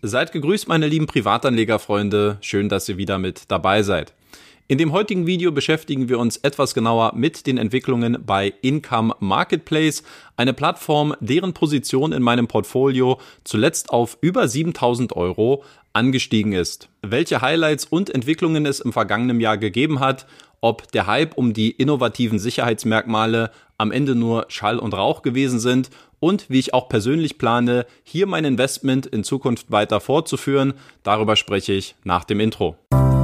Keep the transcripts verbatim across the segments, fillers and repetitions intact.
Seid gegrüßt, meine lieben Privatanlegerfreunde. Schön, dass ihr wieder mit dabei seid. In dem heutigen Video beschäftigen wir uns etwas genauer mit den Entwicklungen bei Income Marketplace, eine Plattform, deren Position in meinem Portfolio zuletzt auf über siebentausend Euro angestiegen ist. Welche Highlights und Entwicklungen es im vergangenen Jahr gegeben hat, ob der Hype um die innovativen Sicherheitsmerkmale am Ende nur Schall und Rauch gewesen sind und wie ich auch persönlich plane, hier mein Investment in Zukunft weiter fortzuführen, darüber spreche ich nach dem Intro.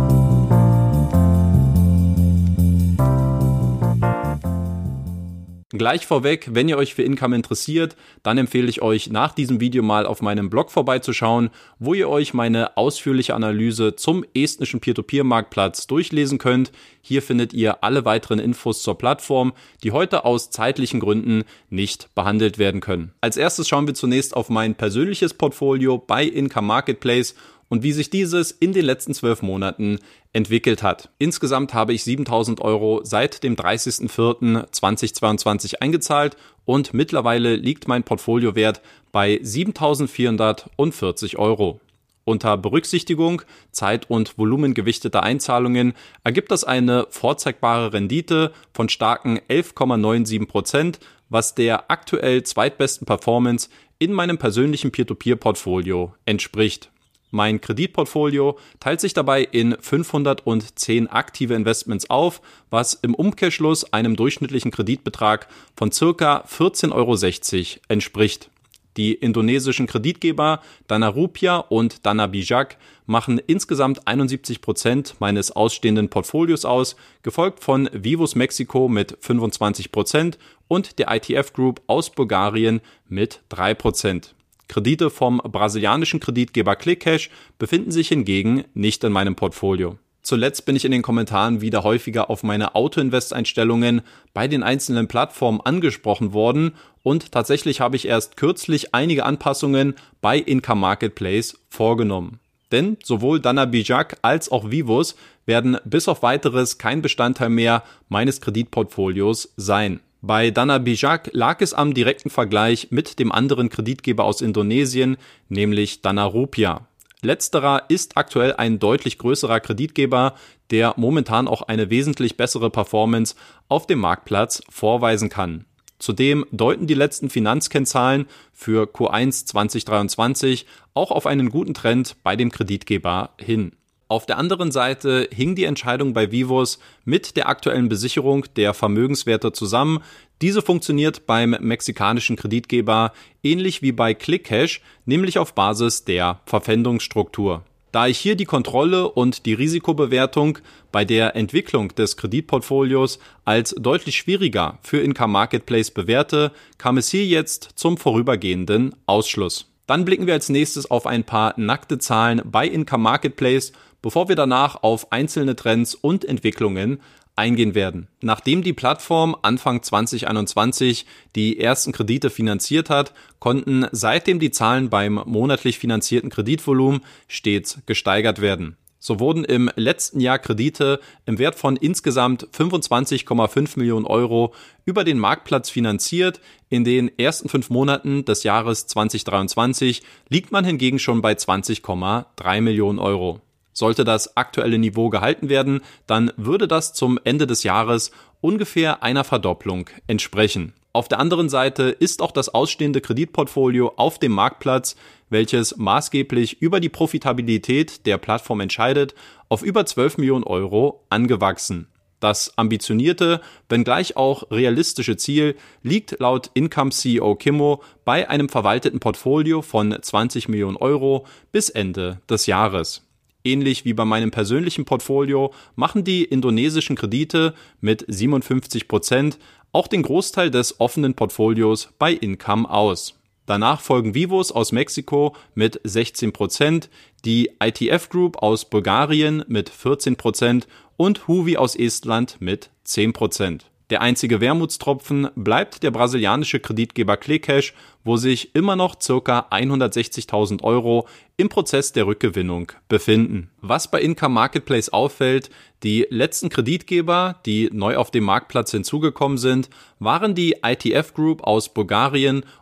Gleich vorweg, wenn ihr euch für Income interessiert, dann empfehle ich euch nach diesem Video mal auf meinem Blog vorbeizuschauen, wo ihr euch meine ausführliche Analyse zum estnischen Peer-to-Peer-Marktplatz durchlesen könnt. Hier findet ihr alle weiteren Infos zur Plattform, die heute aus zeitlichen Gründen nicht behandelt werden können. Als erstes schauen wir zunächst auf mein persönliches Portfolio bei Income Marketplace und wie sich dieses in den letzten zwölf Monaten entwickelt hat. Insgesamt habe ich siebentausend Euro seit dem dreißigsten vierten zweitausendzweiundzwanzig eingezahlt und mittlerweile liegt mein Portfoliowert bei siebentausendvierhundertvierzig Euro. Unter Berücksichtigung zeit- und volumengewichteter Einzahlungen ergibt das eine vorzeigbare Rendite von starken elf Komma siebenundneunzig Prozent, was der aktuell zweitbesten Performance in meinem persönlichen Peer-to-Peer-Portfolio entspricht. Mein Kreditportfolio teilt sich dabei in fünfhundertzehn aktive Investments auf, was im Umkehrschluss einem durchschnittlichen Kreditbetrag von ca. vierzehn Euro sechzig entspricht. Die indonesischen Kreditgeber Dana Rupiah und Dana Bijak machen insgesamt einundsiebzig Prozent meines ausstehenden Portfolios aus, gefolgt von Vivus Mexiko mit fünfundzwanzig Prozent und der I T F Group aus Bulgarien mit drei Prozent. Kredite vom brasilianischen Kreditgeber ClickCash befinden sich hingegen nicht in meinem Portfolio. Zuletzt bin ich in den Kommentaren wieder häufiger auf meine Auto-Invest-Einstellungen bei den einzelnen Plattformen angesprochen worden und tatsächlich habe ich erst kürzlich einige Anpassungen bei Income Marketplace vorgenommen. Denn sowohl Dana Bijak als auch Vivus werden bis auf weiteres kein Bestandteil mehr meines Kreditportfolios sein. Bei Dana Bijak lag es am direkten Vergleich mit dem anderen Kreditgeber aus Indonesien, nämlich Dana Rupiah. Letzterer ist aktuell ein deutlich größerer Kreditgeber, der momentan auch eine wesentlich bessere Performance auf dem Marktplatz vorweisen kann. Zudem deuten die letzten Finanzkennzahlen für Q eins zweitausenddreiundzwanzig auch auf einen guten Trend bei dem Kreditgeber hin. Auf der anderen Seite hing die Entscheidung bei Vivus mit der aktuellen Besicherung der Vermögenswerte zusammen. Diese funktioniert beim mexikanischen Kreditgeber ähnlich wie bei ClickCash, nämlich auf Basis der Verpfändungsstruktur. Da ich hier die Kontrolle und die Risikobewertung bei der Entwicklung des Kreditportfolios als deutlich schwieriger für Income Marketplace bewerte, kam es hier jetzt zum vorübergehenden Ausschluss. Dann blicken wir als nächstes auf ein paar nackte Zahlen bei Income Marketplace, bevor wir danach auf einzelne Trends und Entwicklungen eingehen werden. Nachdem die Plattform Anfang zweitausendeinundzwanzig die ersten Kredite finanziert hat, konnten seitdem die Zahlen beim monatlich finanzierten Kreditvolumen stets gesteigert werden. So wurden im letzten Jahr Kredite im Wert von insgesamt fünfundzwanzig Komma fünf Millionen Euro über den Marktplatz finanziert. In den ersten fünf Monaten des Jahres zweitausenddreiundzwanzig liegt man hingegen schon bei zwanzig Komma drei Millionen Euro. Sollte das aktuelle Niveau gehalten werden, dann würde das zum Ende des Jahres ungefähr einer Verdopplung entsprechen. Auf der anderen Seite ist auch das ausstehende Kreditportfolio auf dem Marktplatz, welches maßgeblich über die Profitabilität der Plattform entscheidet, auf über zwölf Millionen Euro angewachsen. Das ambitionierte, wenngleich auch realistische Ziel liegt laut Income-C E O Kimmo bei einem verwalteten Portfolio von zwanzig Millionen Euro bis Ende des Jahres. Ähnlich wie bei meinem persönlichen Portfolio machen die indonesischen Kredite mit siebenundfünfzig Prozent auch den Großteil des offenen Portfolios bei Income aus. Danach folgen Vivus aus Mexiko mit sechzehn Prozent, die I T F Group aus Bulgarien mit vierzehn Prozent und Huvi aus Estland mit zehn Prozent. Der einzige Wermutstropfen bleibt der brasilianische Kreditgeber ClickCash, wo sich immer noch ca. hundertsechzigtausend Euro im Prozess der Rückgewinnung befinden. Was bei Income Marketplace auffällt, die letzten Kreditgeber, die neu auf dem Marktplatz hinzugekommen sind, waren die I T F Group aus Bulgarien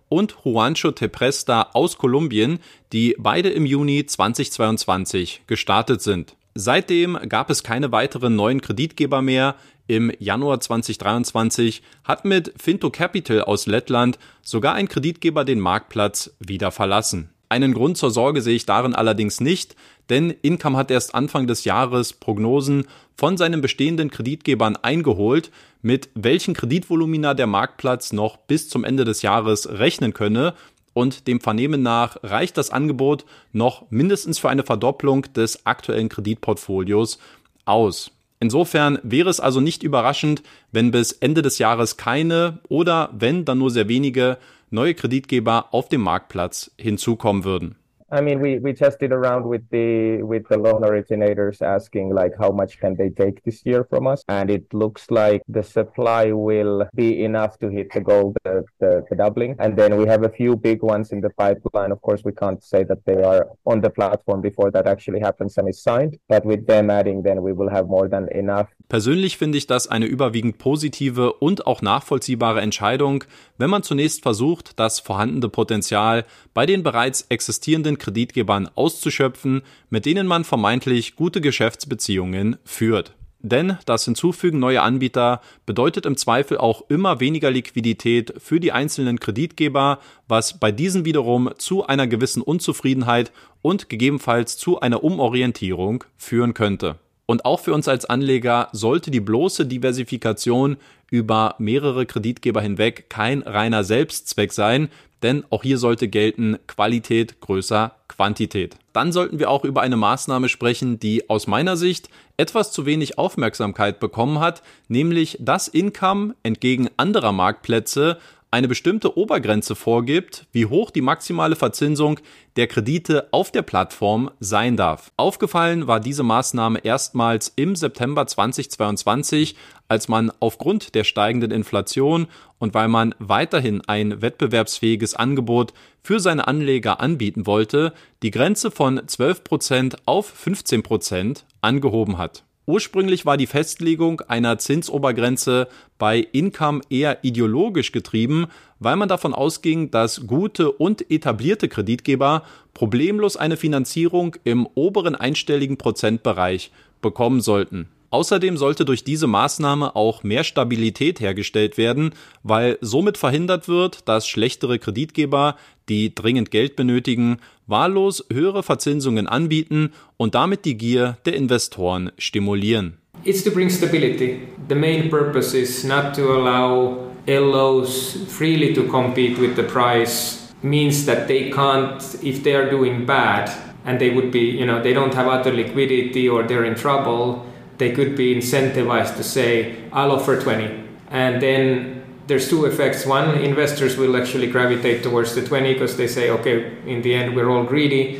und Juancho Tepresta aus Kolumbien, die beide im Juni zweitausendzweiundzwanzig gestartet sind. Seitdem gab es keine weiteren neuen Kreditgeber mehr. Im Januar zweitausenddreiundzwanzig hat mit Finto Capital aus Lettland sogar ein Kreditgeber den Marktplatz wieder verlassen. Einen Grund zur Sorge sehe ich darin allerdings nicht, denn Income hat erst Anfang des Jahres Prognosen von seinen bestehenden Kreditgebern eingeholt, mit welchen Kreditvolumina der Marktplatz noch bis zum Ende des Jahres rechnen könne. Und dem Vernehmen nach reicht das Angebot noch mindestens für eine Verdopplung des aktuellen Kreditportfolios aus. Insofern wäre es also nicht überraschend, wenn bis Ende des Jahres keine oder wenn dann nur sehr wenige neue Kreditgeber auf dem Marktplatz hinzukommen würden. I mean, we, we tested around with the with the loan originators asking like how much can they take this year from us, and it looks like the supply will be enough to hit the goal, the, the, the doubling. And then we have a few big ones in the pipeline. Of course, we can't say that they are on the platform before that actually happens and is signed, but with them adding, then we will have more than enough. Persönlich finde ich das eine überwiegend positive und auch nachvollziehbare Entscheidung, wenn man zunächst versucht, das vorhandene Potenzial bei den bereits existierenden Kreditgebern auszuschöpfen, mit denen man vermeintlich gute Geschäftsbeziehungen führt. Denn das Hinzufügen neuer Anbieter bedeutet im Zweifel auch immer weniger Liquidität für die einzelnen Kreditgeber, was bei diesen wiederum zu einer gewissen Unzufriedenheit und gegebenenfalls zu einer Umorientierung führen könnte. Und auch für uns als Anleger sollte die bloße Diversifikation über mehrere Kreditgeber hinweg kein reiner Selbstzweck sein, denn auch hier sollte gelten Qualität größer Quantität. Dann sollten wir auch über eine Maßnahme sprechen, die aus meiner Sicht etwas zu wenig Aufmerksamkeit bekommen hat, nämlich dass Income entgegen anderer Marktplätze eine bestimmte Obergrenze vorgibt, wie hoch die maximale Verzinsung der Kredite auf der Plattform sein darf. Aufgefallen war diese Maßnahme erstmals im September zweitausendzweiundzwanzig, als man aufgrund der steigenden Inflation und weil man weiterhin ein wettbewerbsfähiges Angebot für seine Anleger anbieten wollte, die Grenze von zwölf Prozent auf fünfzehn Prozent angehoben hat. Ursprünglich war die Festlegung einer Zinsobergrenze bei Income eher ideologisch getrieben, weil man davon ausging, dass gute und etablierte Kreditgeber problemlos eine Finanzierung im oberen einstelligen Prozentbereich bekommen sollten. Außerdem sollte durch diese Maßnahme auch mehr Stabilität hergestellt werden, weil somit verhindert wird, dass schlechtere Kreditgeber, die dringend Geld benötigen, wahllos höhere Verzinsungen anbieten und damit die Gier der Investoren stimulieren. It's to bring stability. The main purpose is not to allow L Os freely to compete with the price. Means that they can't, if they are doing bad and they would be, you know, they don't have other liquidity or they're in trouble, they could be incentivized to say, I'll offer twenty. And then there's two effects. One, investors will actually gravitate towards the twenty because they say, okay, in the end, we're all greedy.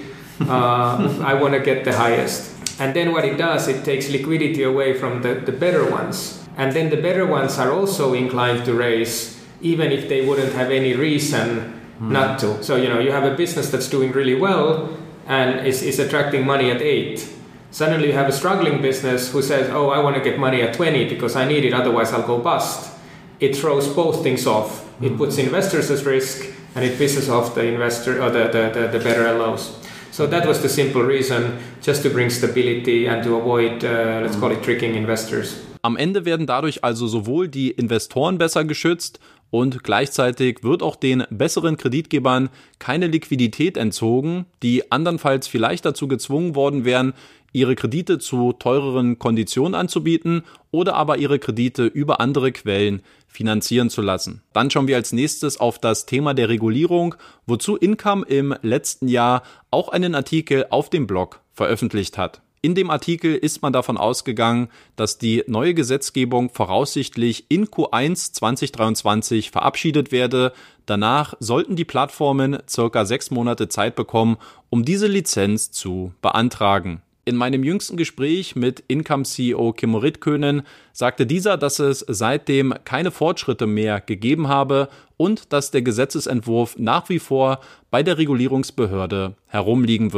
Uh, I want to get the highest. And then what it does, it takes liquidity away from the, the better ones. And then the better ones are also inclined to raise, even if they wouldn't have any reason mm. not to. So, you know, you have a business that's doing really well and is, is attracting money at eight. Suddenly you have a struggling business who says, oh, I want to get money at twenty because I need it, otherwise I'll go bust. It throws both things off. It puts investors at risk and it pisses off the investor or the, the, the, the better L Os. So that was the simple reason, just to bring stability and to avoid, uh, let's call it, tricking investors. Am Ende werden dadurch also sowohl die Investoren besser geschützt und gleichzeitig wird auch den besseren Kreditgebern keine Liquidität entzogen, die andernfalls vielleicht dazu gezwungen worden wären, ihre Kredite zu teureren Konditionen anzubieten oder aber ihre Kredite über andere Quellen finanzieren zu lassen. Dann schauen wir als nächstes auf das Thema der Regulierung, wozu Income im letzten Jahr auch einen Artikel auf dem Blog veröffentlicht hat. In dem Artikel ist man davon ausgegangen, dass die neue Gesetzgebung voraussichtlich in Q eins zweitausenddreiundzwanzig verabschiedet werde. Danach sollten die Plattformen circa sechs Monate Zeit bekommen, um diese Lizenz zu beantragen. In meinem jüngsten Gespräch mit Income-C E O Kimmo Ritkönen sagte dieser, dass es seitdem keine Fortschritte mehr gegeben habe und dass der Gesetzesentwurf nach wie vor bei der Regulierungsbehörde herumliegen würde.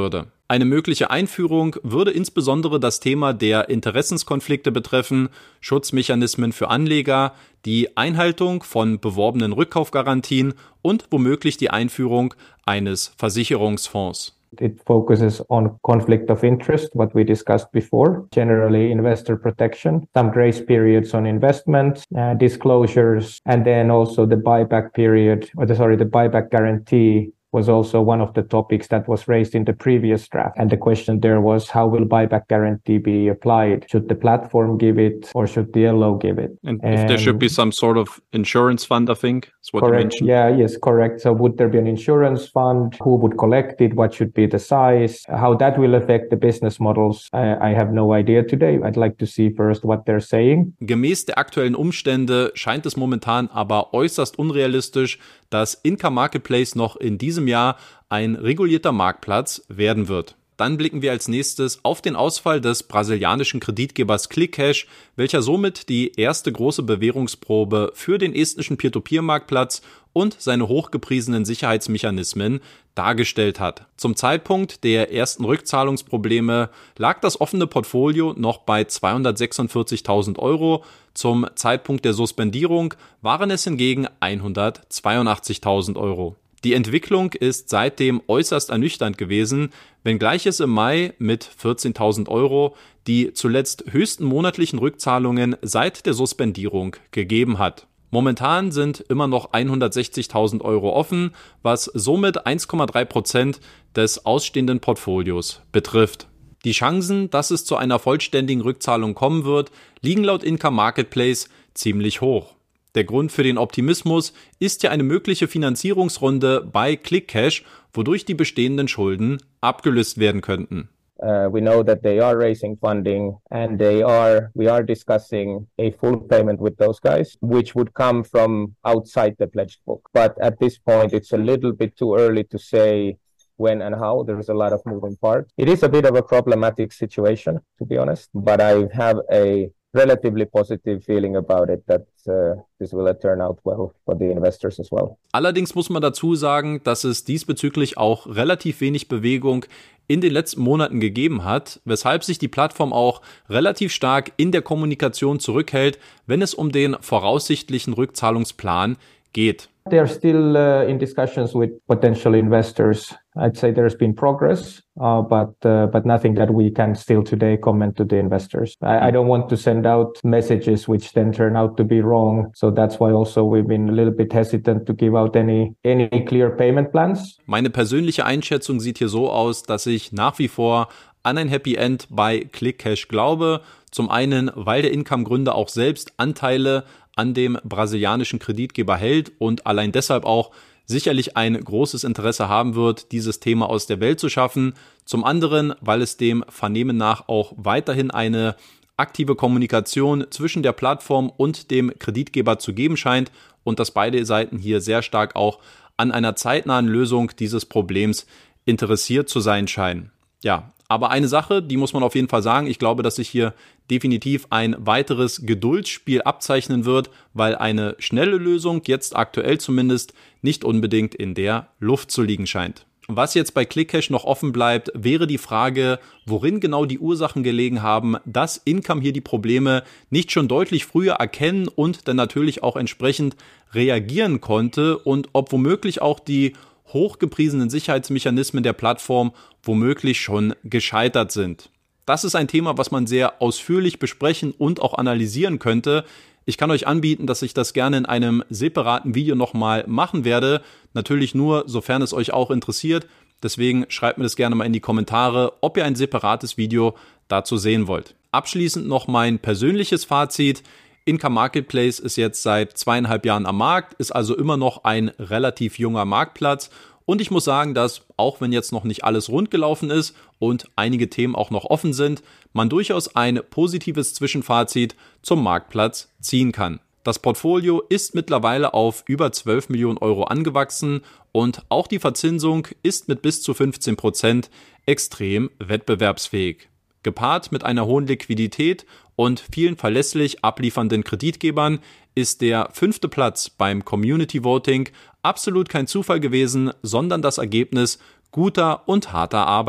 Eine mögliche Einführung würde insbesondere das Thema der Interessenskonflikte betreffen, Schutzmechanismen für Anleger, die Einhaltung von beworbenen Rückkaufgarantien und womöglich die Einführung eines Versicherungsfonds. It focuses on conflict of interest, what we discussed before, generally investor protection, some grace periods on investment, uh, disclosures, and then also the buyback period, or the, sorry, the buyback guarantee was also one of the topics that was raised in the previous draft. And the question there was, how will buyback guarantee be applied? Should the platform give it or should the L O give it? And, and if there should be some sort of insurance fund, I think, is what correct. you mentioned. Yeah, yes, correct. So would there be an insurance fund? Who would collect it? What should be the size? How that will affect the business models? I, I have no idea today. I'd like to see first what they're saying. Gemäß der aktuellen Umstände scheint es momentan aber äußerst unrealistisch, dass Inka Marketplace noch in diesem Jahr ein regulierter Marktplatz werden wird. Dann blicken wir als nächstes auf den Ausfall des brasilianischen Kreditgebers ClickCash, welcher somit die erste große Bewährungsprobe für den estnischen Peer-to-Peer-Marktplatz und seine hochgepriesenen Sicherheitsmechanismen dargestellt hat. Zum Zeitpunkt der ersten Rückzahlungsprobleme lag das offene Portfolio noch bei zweihundertsechsundvierzigtausend Euro. Zum Zeitpunkt der Suspendierung waren es hingegen hundertzweiundachtzigtausend Euro. Die Entwicklung ist seitdem äußerst ernüchternd gewesen, wenngleich es im Mai mit vierzehntausend Euro die zuletzt höchsten monatlichen Rückzahlungen seit der Suspendierung gegeben hat. Momentan sind immer noch hundertsechzigtausend Euro offen, was somit eins Komma drei Prozent des ausstehenden Portfolios betrifft. Die Chancen, dass es zu einer vollständigen Rückzahlung kommen wird, liegen laut Inka Marketplace ziemlich hoch. Der Grund für den Optimismus ist ja eine mögliche Finanzierungsrunde bei ClickCash, wodurch die bestehenden Schulden abgelöst werden könnten. Uh, we know that they are raising funding and they are, we are discussing a full payment with those guys, which would come from outside the pledged book. But at this point, it's a little bit too early to say when and how. There's a lot of moving parts. It is a bit of a problematic situation, to be honest, but I have a relatively positive feeling about it that uh, this will turn out well for the investors as well. Allerdings muss man dazu sagen, dass es diesbezüglich auch relativ wenig Bewegung in den letzten Monaten gegeben hat, weshalb sich die Plattform auch relativ stark in der Kommunikation zurückhält, wenn es um den voraussichtlichen Rückzahlungsplan geht. They're still uh, in discussions with potential investors. I'd say there's been progress, uh, but uh, but nothing that we can still today comment to the investors. I, I don't want to send out messages which then turn out to be wrong. So that's why also we've been a little bit hesitant to give out any any clear payment plans. Meine persönliche Einschätzung sieht hier so aus, dass ich nach wie vor an ein Happy End bei ClickCash glaube. Zum einen, weil der Income-Gründer auch selbst Anteile an dem brasilianischen Kreditgeber hält und allein deshalb auch sicherlich ein großes Interesse haben wird, dieses Thema aus der Welt zu schaffen. Zum anderen, weil es dem Vernehmen nach auch weiterhin eine aktive Kommunikation zwischen der Plattform und dem Kreditgeber zu geben scheint und dass beide Seiten hier sehr stark auch an einer zeitnahen Lösung dieses Problems interessiert zu sein scheinen. Ja, aber eine Sache, die muss man auf jeden Fall sagen, ich glaube, dass sich hier definitiv ein weiteres Geduldsspiel abzeichnen wird, weil eine schnelle Lösung jetzt aktuell zumindest nicht unbedingt in der Luft zu liegen scheint. Was jetzt bei ClickCash noch offen bleibt, wäre die Frage, worin genau die Ursachen gelegen haben, dass Income hier die Probleme nicht schon deutlich früher erkennen und dann natürlich auch entsprechend reagieren konnte und ob womöglich auch die hochgepriesenen Sicherheitsmechanismen der Plattform womöglich schon gescheitert sind. Das ist ein Thema, was man sehr ausführlich besprechen und auch analysieren könnte. Ich kann euch anbieten, dass ich das gerne in einem separaten Video nochmal machen werde. Natürlich nur, sofern es euch auch interessiert. Deswegen schreibt mir das gerne mal in die Kommentare, ob ihr ein separates Video dazu sehen wollt. Abschließend noch mein persönliches Fazit. Inka Marketplace ist jetzt seit zweieinhalb Jahren am Markt, ist also immer noch ein relativ junger Marktplatz. Und ich muss sagen, dass, auch wenn jetzt noch nicht alles rund gelaufen ist und einige Themen auch noch offen sind, man durchaus ein positives Zwischenfazit zum Marktplatz ziehen kann. Das Portfolio ist mittlerweile auf über zwölf Millionen Euro angewachsen und auch die Verzinsung ist mit bis zu fünfzehn Prozent extrem wettbewerbsfähig. Gepaart mit einer hohen Liquidität und vielen verlässlich abliefernden Kreditgebern ist der fünfte Platz beim Community Voting absolut kein Zufall gewesen, sondern das Ergebnis guter und harter Arbeit.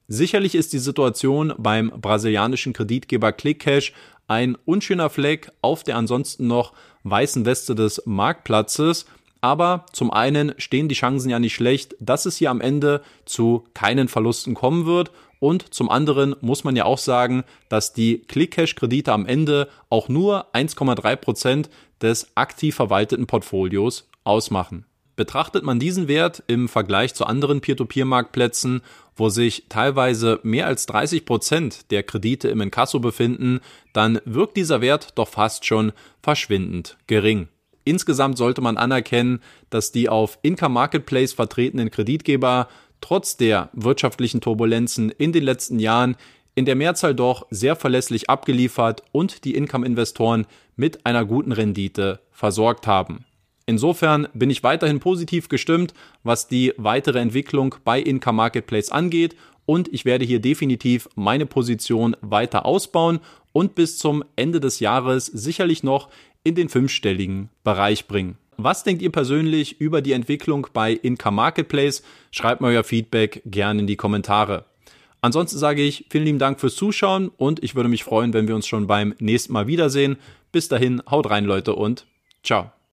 Sicherlich ist die Situation beim brasilianischen Kreditgeber ClickCash ein unschöner Fleck auf der ansonsten noch weißen Weste des Marktplatzes, aber zum einen stehen die Chancen ja nicht schlecht, dass es hier am Ende zu keinen Verlusten kommen wird, und zum anderen muss man ja auch sagen, dass die ClickCash-Kredite am Ende auch nur eins Komma drei Prozent des aktiv verwalteten Portfolios ausmachen. Betrachtet man diesen Wert im Vergleich zu anderen Peer-to-Peer-Marktplätzen, wo sich teilweise mehr als dreißig Prozent der Kredite im Inkasso befinden, dann wirkt dieser Wert doch fast schon verschwindend gering. Insgesamt sollte man anerkennen, dass die auf Income Marketplace vertretenen Kreditgeber trotz der wirtschaftlichen Turbulenzen in den letzten Jahren in der Mehrzahl doch sehr verlässlich abgeliefert und die Income-Investoren mit einer guten Rendite versorgt haben. Insofern bin ich weiterhin positiv gestimmt, was die weitere Entwicklung bei Income Marketplace angeht, und ich werde hier definitiv meine Position weiter ausbauen und bis zum Ende des Jahres sicherlich noch in den fünfstelligen Bereich bringen. Was denkt ihr persönlich über die Entwicklung bei Income Marketplace? Schreibt mir euer Feedback gerne in die Kommentare. Ansonsten sage ich vielen lieben Dank fürs Zuschauen und ich würde mich freuen, wenn wir uns schon beim nächsten Mal wiedersehen. Bis dahin, haut rein Leute und ciao.